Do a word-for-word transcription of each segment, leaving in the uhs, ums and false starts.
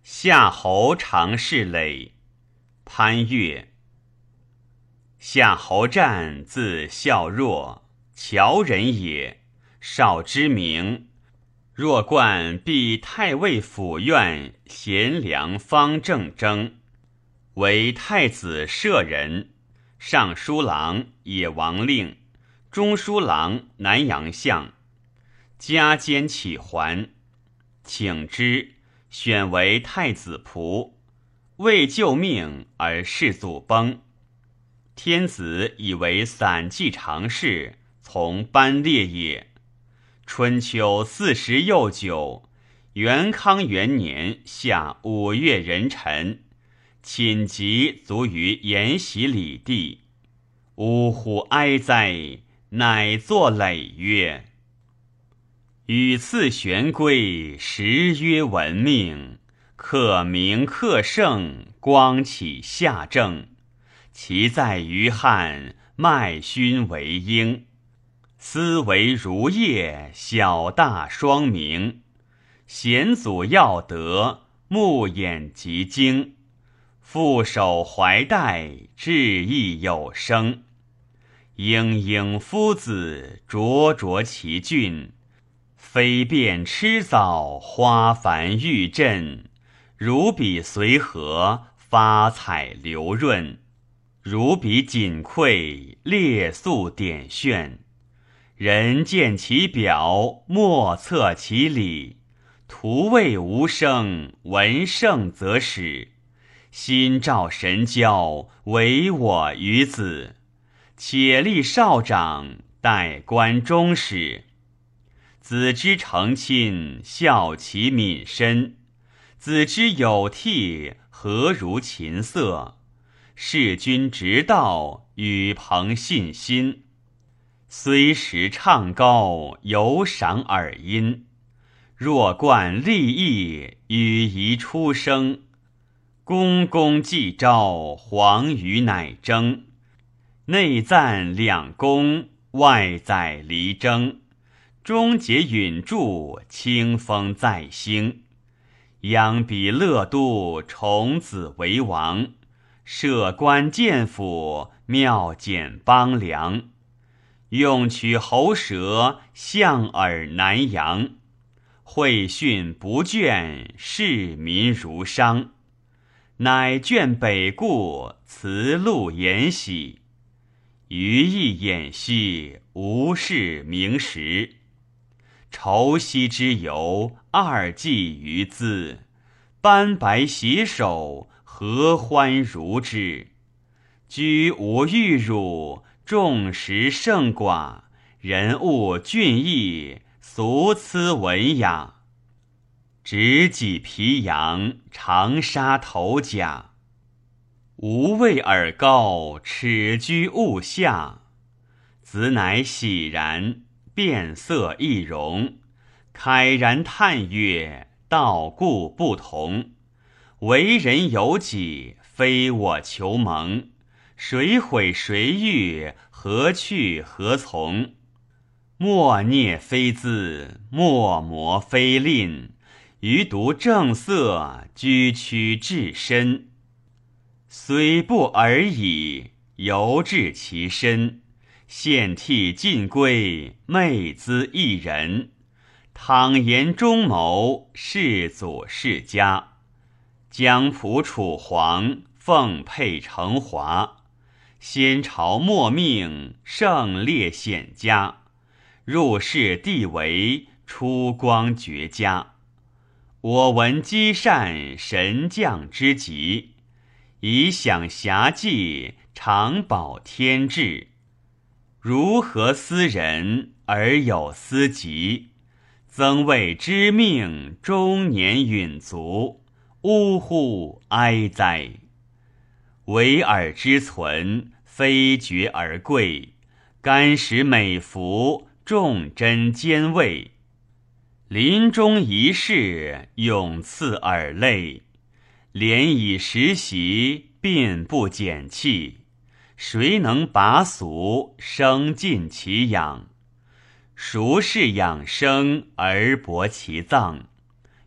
夏侯常侍累。潘岳。夏侯湛字孝若，谯人也，少知名。若冠避太尉府院贤良方正征，为太子舍人，尚书郎、野王令，中书郎、南阳相，加监启还，请之，选为太子仆，未就命而世祖崩。天子以为散骑常侍，从班列也。春秋四十又九，元康元年夏五月壬辰，寝疾卒于延禧里地。呜呼哀哉！乃作累曰：与次玄龟，时曰闻命，克明克圣，光启夏正。其在于汉，脉勋为英。思为如夜，小大双明。贤祖要德，目眼极精。父守怀带，志意有声。英英夫子，灼灼其俊。飞遍吃枣，花繁玉振。如笔随和，发彩流润。如笔锦馈，列素点炫。人见其表，莫测其理。徒谓无声，闻声则始。心照神交，唯我与子。且立少长，待观终始。子之成亲，孝其敏身。子之有替，何如琴瑟？事君直道，与朋信心。虽时唱高，犹赏耳音。若冠立义，与宜出生。公公既昭，黄鱼乃蒸。内赞两公，外载离征。终结允著，清风在兴。央比乐都，重子为王。设官建府，妙简邦良。用取喉舌，象耳南阳。会训不倦，市民如商。乃眷北顾，辞路延禧。余亦偃息，无事明时。愁兮之由，二季于兹。斑白携手，合欢如之。居无玉汝，众食胜寡。人物俊逸，俗疵文雅。执戟皮羊，长沙头甲。无畏尔高，耻居物下。子乃喜然，变色易容。慨然叹曰：道故不同。为人有己，非我求盟。谁毁谁欲，何去何从？莫聂非资，莫磨非吝。余独正色，居屈至深。虽不尔已，犹治其身。献替尽归，昧兹一人。倘言忠谋，世祖世家。江浦楚皇，奉配成华。先朝末命，胜烈显家。入世地为，出光绝佳。我闻积善，神将之极。以享遐计，常保天志。如何思人，而有思疾？曾谓知命，终年允足。呜呼哀哉！唯尔之存，非绝而贵。干食美服，重珍兼味。临终一事，永赐耳泪。连以实习，并不减气。谁能拔俗，生尽其养？孰是养生而博其脏？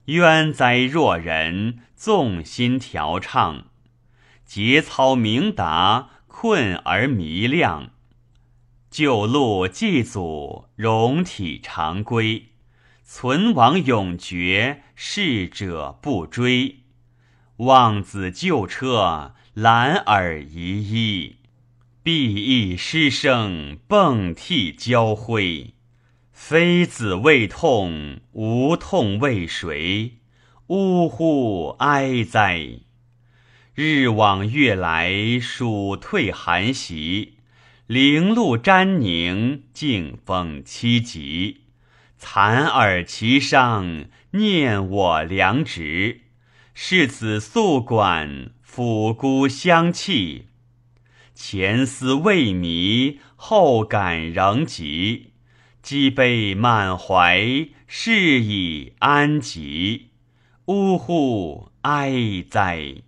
冤哉若人，纵心调畅。节操明达，困而弥亮。旧路祭祖，容体常规。存亡永绝，逝者不追。望子旧车，览尔遗衣。必亦师生，迸涕交辉。非子未痛，无痛为谁？呜呼哀哉！日往月来，暑退寒习。零露沾凝，劲风凄急。残尔其伤，念我良侄。世子宿管，抚孤相弃。前思未迷，后感仍急。积悲满怀，是以安吉。呜呼哀哉！